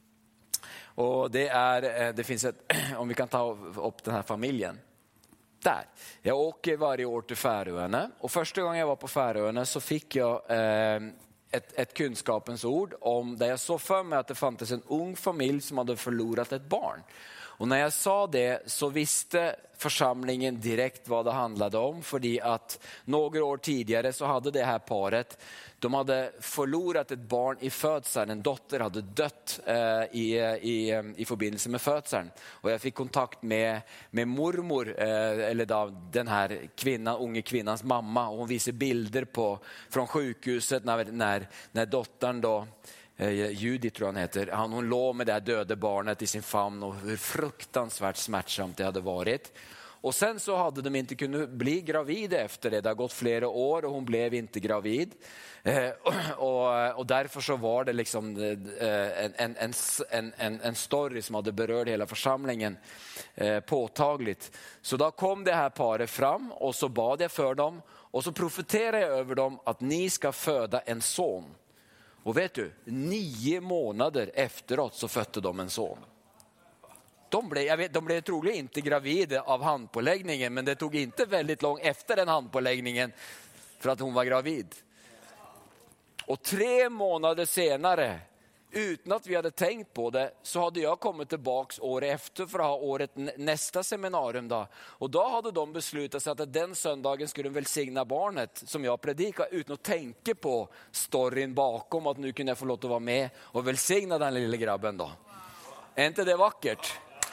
Och det är, det finns ett, om vi kan ta upp den här familjen. Där. Jag åker varje år till Färöarna. Och första gången jag var på Färöarna så fick jag eh, ett, ett kunskapens ord om där jag såg för mig att det fanns en ung familj som hade förlorat ett barn. Och när jag sa det så visste församlingen direkt vad det handlade om. För att några år tidigare så hade det här paret, de hade förlorat ett barn i födseln. En dotter hade dött eh, i, i, i förbindelse med födseln. Och jag fick kontakt med, med mormor, eh, eller då, den här kvinnan, unge kvinnans mamma. Och hon visade bilder på, från sjukhuset när, när, när dottern då, Judith tror jag han heter. Han, hon låg med det här döda barnet i sin famn och hur fruktansvärt smärtsamt det hade varit. Och sen så hade de inte kunnat bli gravida efter det. Det har gått flera år och hon blev inte gravid. Eh, och, och därför så var det liksom eh, en, en, en, en, en story som hade berört hela församlingen eh, påtagligt. Så då kom det här paret fram och så bad jag för dem. Och så profeterade jag över dem att ni ska föda en son. Och vet du, nio månader efteråt så födde de en son. De blev, jag vet, de blev troligen inte gravida av handpåläggningen, men det tog inte väldigt långt efter den handpåläggningen för att hon var gravid. Och tre månader senare, utan att vi hade tänkt på det, så hade jag kommit tillbaks året efter för att ha året nästa seminarium då. Och då hade de beslutat sig att den söndagen skulle de välsigna barnet som jag predikar utan att tänka på storyn bakom att nu kunde jag få låta vara med och välsigna den lilla grabben då. Är inte det vackert?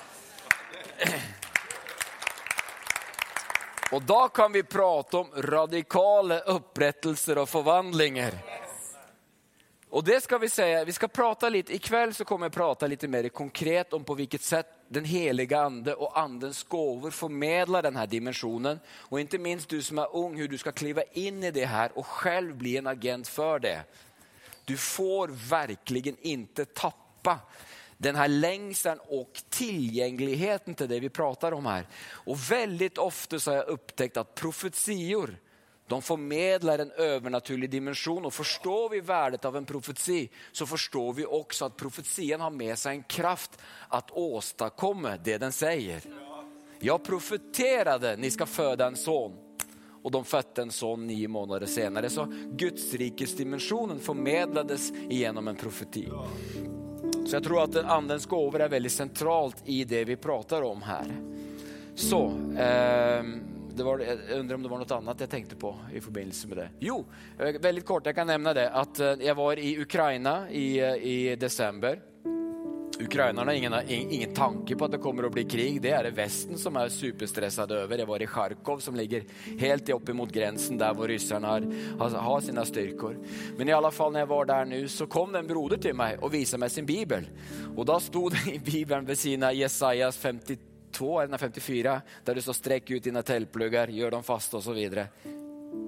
Och då kan vi prata om radikala upprättelser och förvandlingar. Och det ska vi säga, vi ska prata lite, ikväll så kommer jag prata lite mer konkret om på vilket sätt den heliga ande och andens gåvor förmedlar den här dimensionen. Och inte minst du som är ung, hur du ska kliva in i det här och själv bli en agent för det. Du får verkligen inte tappa den här längseln och tillgängligheten till det vi pratar om här. Och väldigt ofta så har jag upptäckt att profetior, de förmedlar en övernaturlig dimension. Och förstår vi värdet av en profeti så förstår vi också att profetian har med sig en kraft att åstadkomma det den säger. Jag profeterade, ni ska föda en son. Och de födde en son nio månader senare. Så Guds rikes dimensionen förmedlades igenom en profeti. Så jag tror att andens gåvor är väldigt centralt i det vi pratar om här. Så, eh, det var, jag undrar om det var något annat jag tänkte på i förbindelse med det. Jo, väldigt kort, jag kan nämna det. Att jag var i Ukraina i, i december. Ukraina har ingen, ingen tanke på att det kommer att bli krig. Det är det västen som är superstressade över. Jag var i Charkov som ligger helt upp emot gränsen där var ryssarna har, har, har sina styrkor. Men i alla fall när jag var där nu så kom en broder till mig och visade mig sin bibel. Och då stod det i bibeln vid sina Jesajas femtiotvå eller femtiofyra där det står sträck ut dina tältpluggar, gör dem fast och så vidare.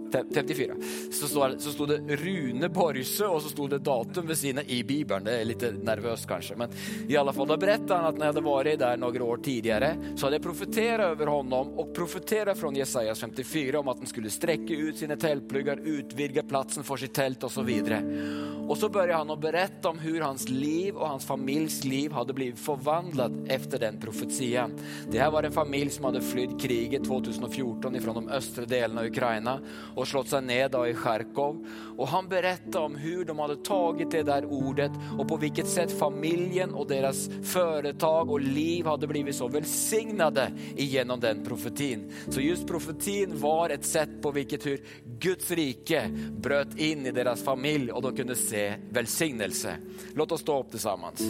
femtiofyra. Så stod, så stod det Rune Borgse och så stod det datum vid sidan i Bibeln. Det är lite nervöst kanske. Men i alla fall, då berättade han att när jag hade varit där några år tidigare så hade jag profeterat över honom och profeterat från Jesaja femtiofyra om att han skulle sträcka ut sina tältpluggar, utvidga platsen för sitt tält och så vidare. Och så började han att berätta om hur hans liv och hans familjs liv hade blivit förvandlat efter den profetian. Det här var en familj som hade flytt kriget tjugohundrafjorton ifrån de östra delarna av Ukraina och slått sig ned i Charkov. Och han berättade om hur de hade tagit det där ordet och på vilket sätt familjen och deras företag och liv hade blivit så välsignade igenom den profetin. Så just profetin var ett sätt på vilket hur Guds rike bröt in i deras familj och de kunde se välsignelse. Låt oss stå upp tillsammans.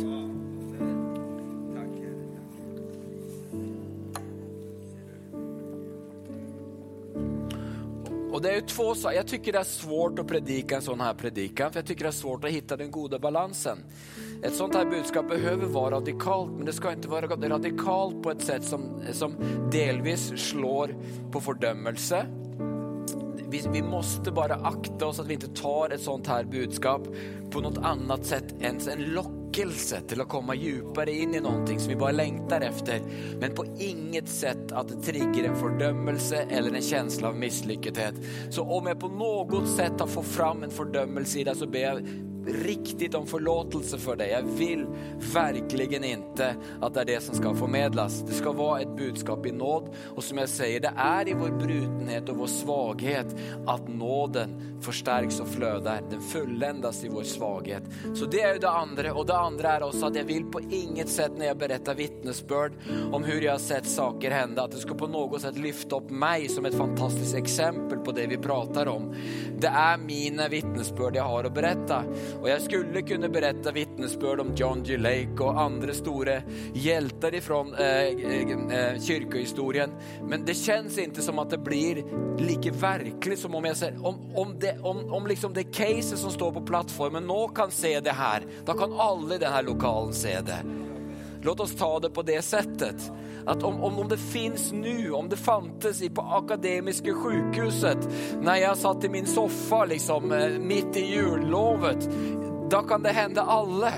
Och det är ju två saker. Jag tycker det är svårt att predika en sån här predikan. För jag tycker det är svårt att hitta den goda balansen. Ett sånt här budskap behöver vara radikalt. Men det ska inte vara radikalt på ett sätt som, som delvis slår på fördömelse. Vi, vi måste bara akta oss att vi inte tar ett sånt här budskap på något annat sätt än en lockelse till att komma djupare in i någonting som vi bara längtar efter. Men på inget sätt att det triggar en fördömelse eller en känsla av misslyckathet. Så om jag på något sätt har fått fram en fördömelse i det så ber jag riktigt om förlåtelse för det. Jag vill verkligen inte att det är det som ska förmedlas. Det ska vara ett budskap i nåd. Och som jag säger, det är i vår brutenhet och vår svaghet att nåden förstärks och flödar. Den fulländas i vår svaghet. Så det är ju det andra. Och det andra är också att jag vill på inget sätt när jag berättar vittnesbörd om hur jag har sett saker hända, att det ska på något sätt lyfta upp mig som ett fantastiskt exempel på det vi pratar om. Det är mina vittnesbörd jag har att berätta. Och jag skulle kunna berätta vittnesbörd om John G. Lake och andra stora hjältar ifrån eh, eh, kyrkohistorien. Men det känns inte som att det blir lika verkligt som om jag säger, om, om, det, om, om liksom det case som står på plattformen, någon kan se det här, då kan alla i den här lokalen se det. Låt oss ta det på det sättet. Att om, om, om det finns nu, om det fanns i på Akademiska sjukhuset när jag satt i min soffa liksom, mitt i jullovet, då kan det hända alla.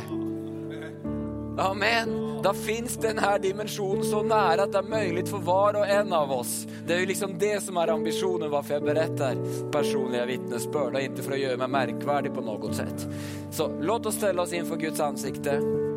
Amen. Då finns den här dimensionen så nära att det är möjligt för var och en av oss. Det är ju liksom det som är ambitionen varför jag berättar personliga vittnesbörd, och inte för att göra mig märkvärdig på något sätt. Så låt oss ställa oss inför Guds ansikte.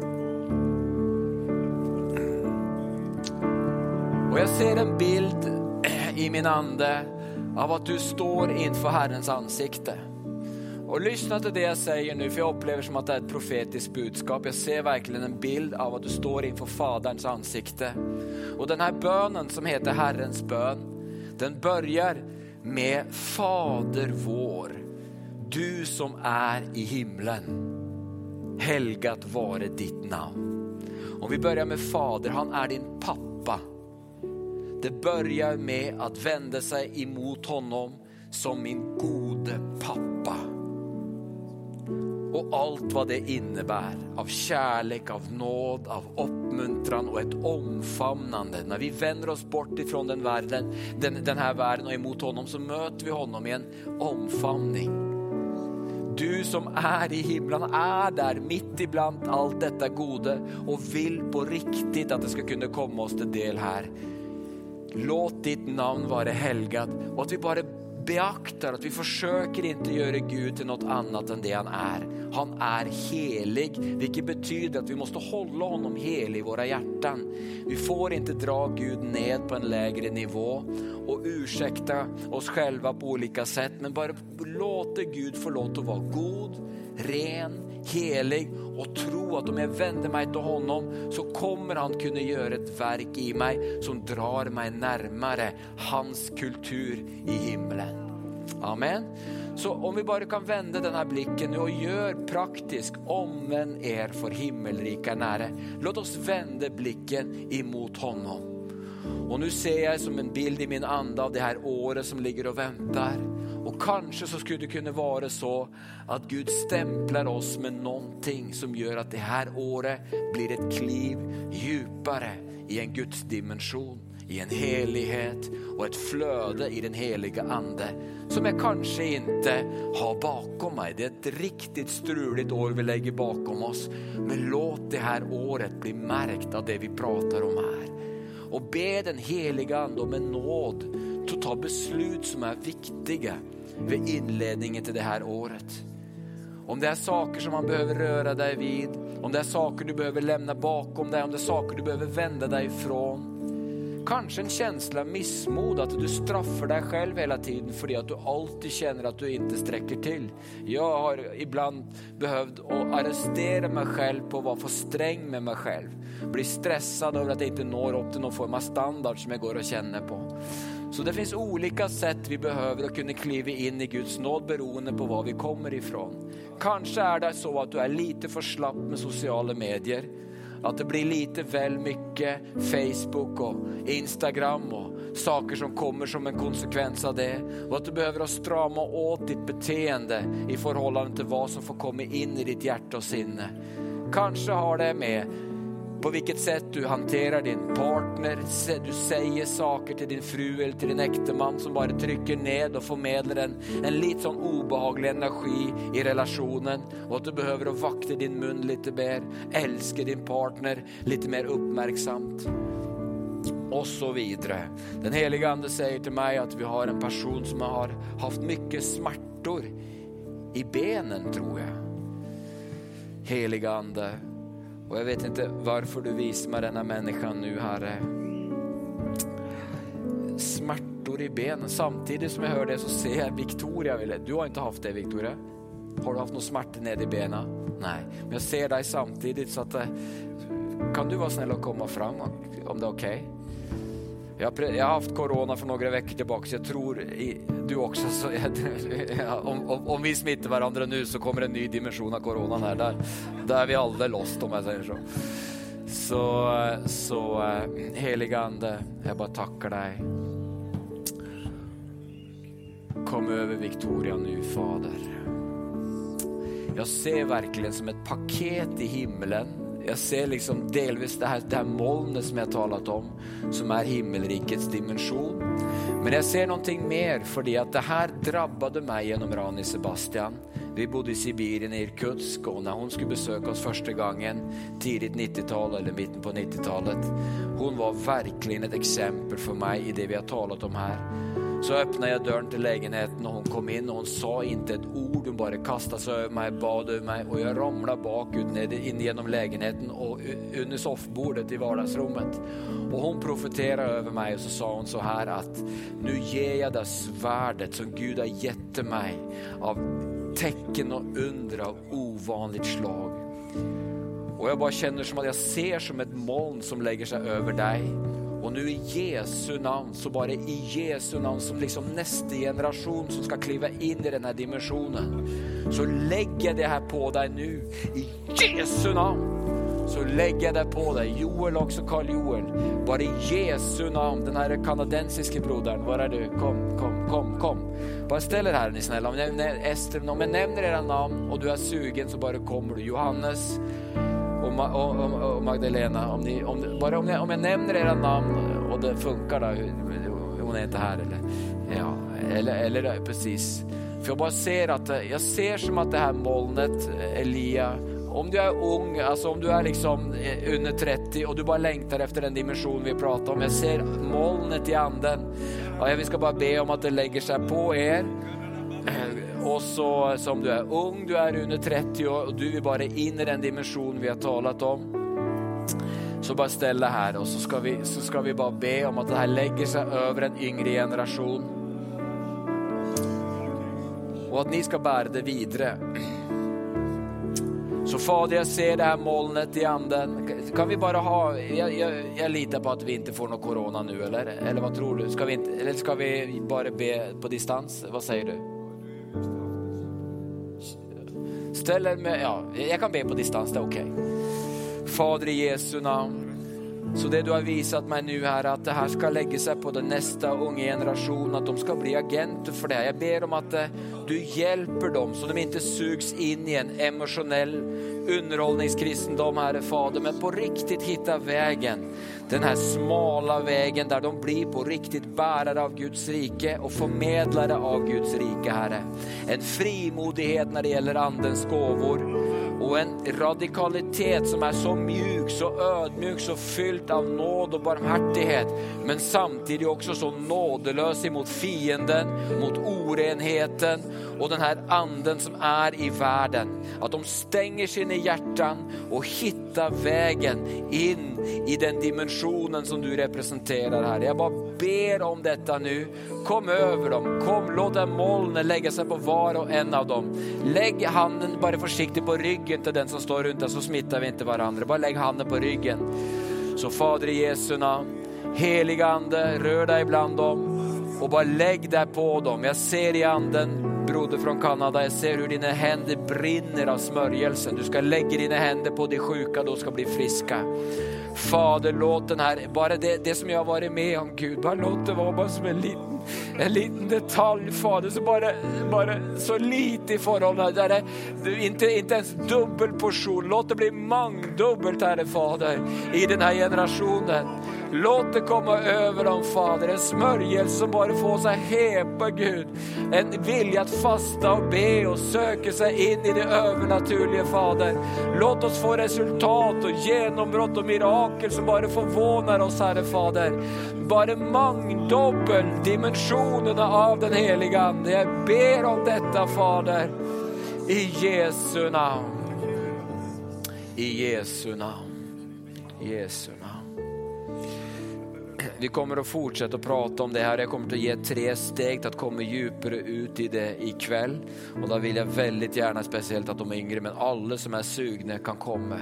Och jag ser en bild i min ande av att du står inför Herrens ansikte. Och lyssna till det jag säger nu, för jag upplever som att det är ett profetiskt budskap. Jag ser verkligen en bild av att du står inför Faderns ansikte. Och den här bönen som heter Herrens bön, den börjar med Fader vår, du som är i himlen. Helgat vare ditt namn. Om vi börjar med Fader, han är din pappa. Det börjar med att vända sig emot honom som min gode pappa. Och allt vad det innebär av kärlek, av nåd, av uppmuntran och ett omfamnande. När vi vänder oss bort ifrån den, världen, den, den här världen och emot honom, så möter vi honom i en omfamning. Du som är i himlen är där mitt ibland allt detta gode och vill på riktigt att det ska kunna komma oss till del här. Låt ditt namn vara helgat, och att vi bara beaktar att vi försöker inte göra Gud till något annat än det han är. Han är helig, vilket betyder att vi måste hålla honom helig i våra hjärtan. Vi får inte dra Gud ned på en lägre nivå och ursäkta oss själva på olika sätt, men bara låta Gud få låta att vara god, ren, helig, och tro att om jag vänder mig till honom så kommer han kunna göra ett verk i mig som drar mig närmare hans kultur i himlen. Amen. Så om vi bara kan vända den här blicken nu och gör praktisk, omvänd er för himmelrika nära. Låt oss vända blicken emot honom. Och nu ser jag som en bild i min ande av det här året som ligger och väntar. Och kanske så skulle det kunna vara så att Gud stämplar oss med någonting som gör att det här året blir ett kliv djupare i en Guds dimension. i en helighet och ett flöde i den heliga ande som jag kanske inte har bakom mig. Det är ett riktigt struligt år vi lägger bakom oss. Men låt det här året bli märkt av det vi pratar om här. Och be den heliga ande om en nåd att ta beslut som är viktiga vid inledningen till det här året. Om det är saker som man behöver röra dig vid, om det är saker du behöver lämna bakom dig, om det är saker du behöver vända dig ifrån. Kanske en känsla av missmod, att du straffar dig själv hela tiden för att du alltid känner att du inte sträcker till. Jag har ibland behövt att arrestera mig själv på att vara för sträng med mig själv. Bli stressad över att jag inte når upp till någon form av standard som jag går och känner på. Så det finns olika sätt vi behöver att kunna kliva in i Guds nåd beroende på var vi kommer ifrån. Kanske är det så att du är lite för slapp med sociala medier. Att det blir lite väl mycket Facebook och Instagram och saker som kommer som en konsekvens av det. Och att du behöver strama åt ditt beteende i förhållande till vad som får komma in i ditt hjärta och sinne. Kanske har det med på vilket sätt du hanterar din partner. Du säger saker till din fru eller till din äkteman som bara trycker ned och förmedlar en, en lite sån obehaglig energi i relationen. Och att du behöver att vakta din mun lite mer. Älska din partner lite mer uppmärksamt. Och så vidare. Den heliga ande säger till mig att vi har en person som har haft mycket smärtor i benen, tror jag. Heliga ande. Och jag vet inte varför du visar mig denna människan nu, Herre. Smärtor i benen. Samtidigt som jag hör det så ser jag Victoria. Du har inte haft det, Victoria. Har du haft någon smärta ned i benen? Nej. Men jag ser dig samtidigt, så att kan du vara snäll och komma fram om det är okej? Okay? Jag, jag har haft corona för några veckor tillbaka, så jag tror i, du också. Så, ja, om, om, om vi smittar varandra nu så kommer en ny dimension av coronan här. Där, där är vi aldrig lost, om jag säger så. Så, så heliga ande, jag bara tackar dig. Kom över Victoria nu, Fader. Jag ser verkligen som ett paket i himlen. Jag ser liksom delvis det här, det här molnet som jag talat om, som är himmelrikets dimension. Men jag ser någonting mer, för att det här drabbade mig genom Rani Sebastian. Vi bodde i Sibirien, i Irkutsk, och när hon skulle besöka oss första gången, tidigt nittiotal eller mitten på nittiotalet. Hon var verkligen ett exempel för mig i det vi har talat om här. Så öppnade jag dörren till lägenheten och hon kom in och hon sa inte ett ord. Hon bara kastade sig över mig, bad över mig, och jag ramlade bakut in genom lägenheten och under soffbordet i vardagsrummet. Och hon profeterade över mig och så sa hon så här att nu ger jag det svärdet som Gud har gett mig av tecken och under av ovanligt slag. Och jag bara känner som att jag ser som ett moln som lägger sig över dig. Och nu i Jesu namn, så bara i Jesu namn, som liksom nästa generation som ska kliva in i den här dimensionen, så lägger det här på dig nu i Jesu namn. Så lägger det på dig, Joel också, Karl Joel, bara i Jesu namn. Den här kanadensiska brodern, var är du? Kom, kom, kom, kom. Bara ställ er här, ni snälla. Om jag nämner Ester, om jag nämner era namn och du är sugen, så bara kommer du. Johannes och, Ma- och, och, och Magdalena, om ni, om, bara om jag, om jag nämner era namn och det funkar då, hon är inte här eller, ja, eller, eller precis. För jag bara ser att, jag ser som att det här molnet, Elia, om du är ung, alltså om du är liksom under trettio och du bara längtar efter den dimension vi pratar om. Jag ser molnet i anden. Och jag ska bara be om att det lägger sig på er. Och så som du är ung, du är under trettio och du vill bara in i den dimension vi har talat om. Så bara ställa här och så ska vi, så ska vi bara be om att det här lägger sig över en yngre generation. Och att ni ska bära det vidare. Så Fader, jag ser det här molnet i anden. Kan vi bara ha, jag, jag, jag litar på att vi inte får någon corona nu, eller? Eller vad tror du? Ska vi inte, eller ska vi bara be på distans? Vad säger du? Ställer med, ja, jag kan be på distans, det är okej. Okay. Fader, i Jesu namn, Så det du har visat mig nu här, att det här ska lägga sig på den nästa unga generation, att de ska bli agenter för det. Jag ber om att du hjälper dem så de inte sugs in i en emotionell underhållningskristendom, Herre Fader, men på riktigt hitta vägen. Den här smala vägen där de blir på riktigt bärare av Guds rike och förmedlare av Guds rike, Herre. En frimodighet när det gäller andens gåvor. Och en radikalitet som är så mjuk, så ödmjuk, så fylld av nåd och barmhärtighet. Men samtidigt också så nådelös emot fienden, mot orenheten och den här anden som är i världen. Att de stänger sina hjärtan och hittar vägen in i den dimensionen som du representerar här. Jag bara ber om detta nu. Kom över dem. Kom, låt en moln lägga sig på var och en av dem. Lägg handen bara försiktigt på ryggen till den som står runt, så smittar vi inte varandra. Bara lägg handen på ryggen. Så Fader i Jesu namn, heliga ande, rör dig bland dem och bara lägg där på dem. Jag ser i anden, broder från Kanada, jag ser hur dina händer brinner av smörjelsen. Du ska lägga dina händer på de sjuka, då ska bli friska. Fader, låt den här, bara det, det som jag har varit med om, Gud, bara låt det vara bara som en liten, en liten detalj, Fader, så bara, bara så lite i förhållande där det, du, inte, inte ens dubbel portion, låt det bli mångdubbelt, Herre Fader, i den här generationen. Låt det komma över dem, Fader, en smörjelse som bara får sig hepa, Gud, en vilja att fasta och be och söka sig in i det övernaturliga, Fader. Låt oss få resultat och genombrott och mirakel som bara förvånar oss, Herre Fader. Bara mångdubbel dimensionerna av den heliga ande. Jag ber om detta, Fader, i Jesu namn. I Jesu namn. I Jesu namn. Vi kommer att fortsätta att prata om det här. Jag kommer att ge tre steg att komma djupare ut i det ikväll. Och då vill jag väldigt gärna, speciellt att de är yngre, men alla som är sugna kan komma.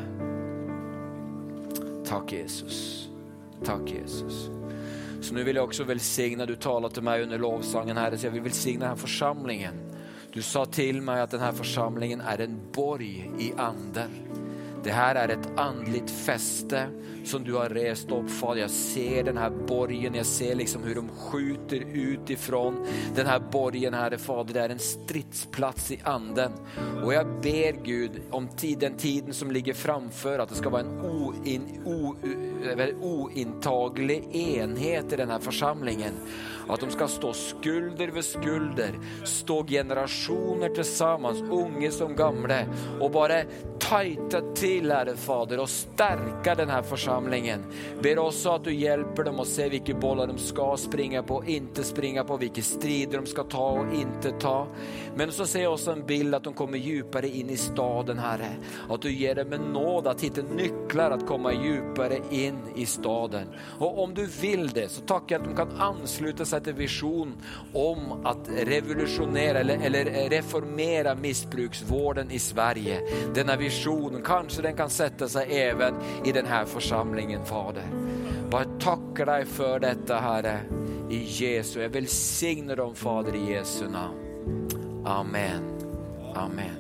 Tack Jesus. Tack Jesus. Så nu vill jag också välsigna, du talade till mig under lovsången, Herre, så jag vill välsigna den här församlingen. Du sa till mig att den här församlingen är en borg i anden. Det här är ett andligt fäste som du har rest upp, Fader. Jag ser den här borgen, jag ser liksom hur de skjuter utifrån den här borgen, Herre Fader. Det är en stridsplats i anden. Och jag ber Gud om tiden, tiden som ligger framför, att det ska vara en oin, o, ointaglig enhet i den här församlingen. Att de ska stå skulder vid skulder, stå generationer tillsammans, unga som gamla, och bara tajta till, Herre Fader, och stärka den här församlingen. Ber också att du hjälper dem att se vilka bollar de ska springa på, inte springa på, vilka strider de ska ta och inte ta. Men så ser jag också en bild att de kommer djupare in i staden, Herre. Att du ger dem en nåd att hitta nycklar att komma djupare in i staden. Och om du vill det, så tackar jag att de kan ansluta sig till vision om att revolutionera eller, eller reformera missbruksvården i Sverige. Denna vision, kanske den kan sätta sig även i den här församlingen, Fader. Bara tackar dig för detta, Herre, i Jesu. Jag välsignar dem, Fader, i Jesu namn. Amen. Amen.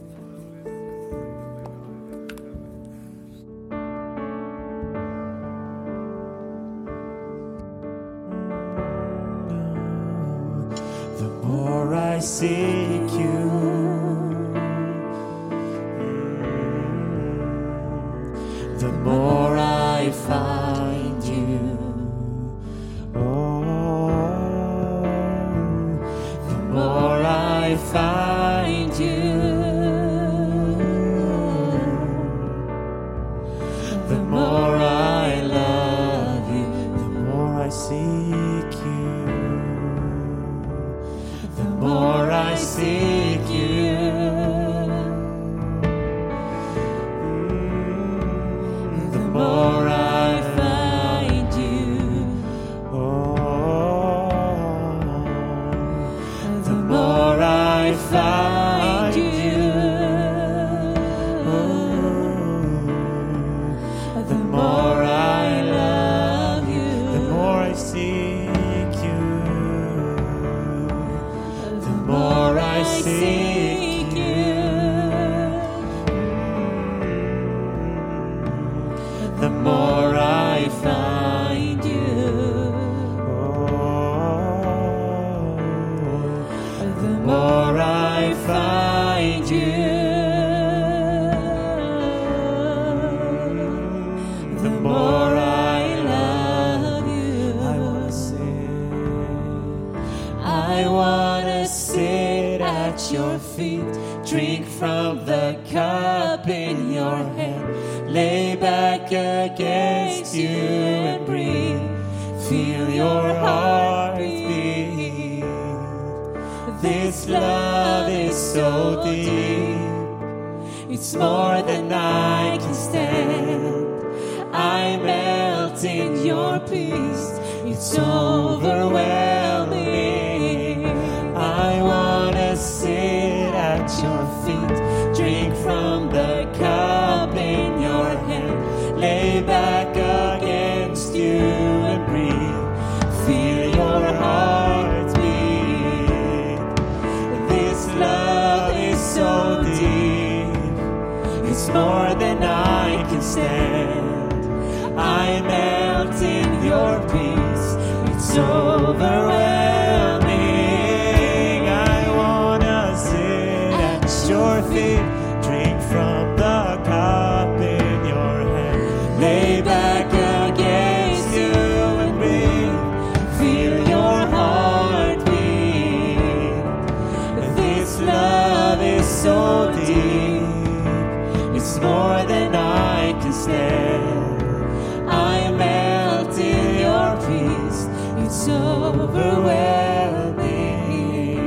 The more I seek you, the more I find you. Oh, the more I find you, the more I love you, the more I seek you, the more I seek from the cup in your hand. Lay back against you and breathe. Feel your heart beat. This love is so deep. It's more than I can stand. I melt in your peace. It's overwhelming. I want to sit at your feet. Drink from the cup in your hand. Lay back against you and breathe. Feel your heart beat. This love is so deep. It's more than I can stand. I melt in your peace. It's overwhelming. I wanna sit at your feet. Drink from the cup in your hand. Lay back against you and breathe. Feel your heart beat. This love is so deep. It's more than I can stand. I melt in your peace. It's overwhelming.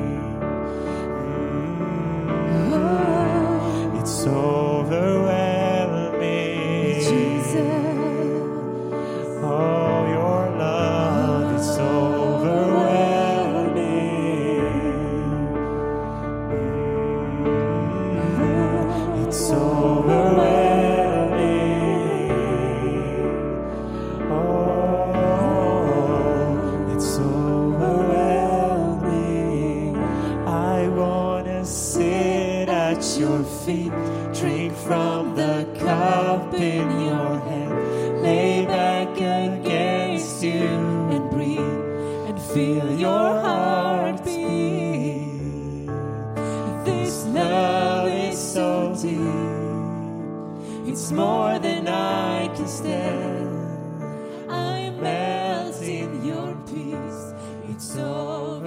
Mm. It's overwhelming. Jesus. Oh, your love is overwhelming. Mm. It's overwhelming. Your feet, drink from the cup in your hand. Lay back against you and breathe and feel your heart beat. This love is so deep. It's more than I can stand. I melt in your peace. It's all